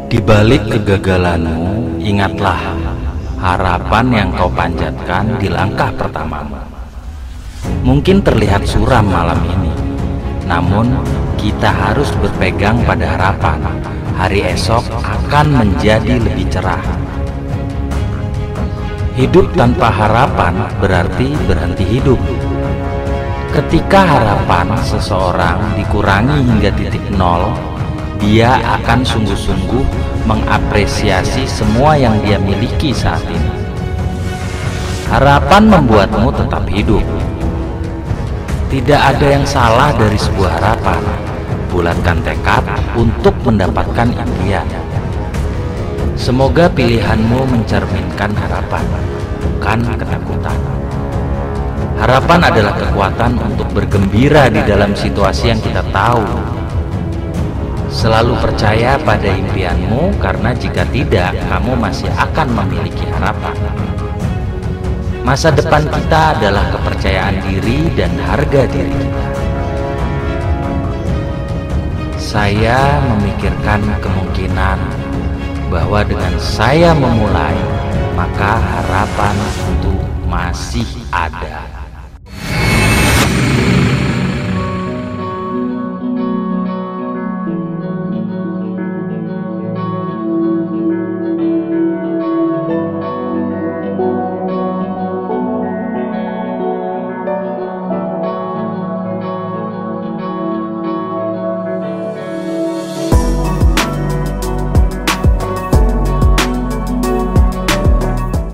Di balik kegagalanmu, ingatlah harapan yang kau panjatkan di langkah pertamamu. Mungkin terlihat suram malam ini, namun kita harus berpegang pada harapan. Hari esok akan menjadi lebih cerah. Hidup tanpa harapan berarti berhenti hidup. Ketika harapan seseorang dikurangi hingga titik nol, dia akan sungguh-sungguh mengapresiasi semua yang dia miliki saat ini. Harapan membuatmu tetap hidup. Tidak ada yang salah dari sebuah harapan. Bulatkan tekad untuk mendapatkan impian. Semoga pilihanmu mencerminkan harapan, bukan ketakutan. Harapan adalah kekuatan untuk bergembira di dalam situasi yang kita tahu. Selalu percaya pada impianmu, karena jika tidak, kamu masih akan memiliki harapan. Masa depan kita adalah kepercayaan diri dan harga diri kita. Saya memikirkan kemungkinan bahwa dengan saya memulai, maka harapan itu masih ada.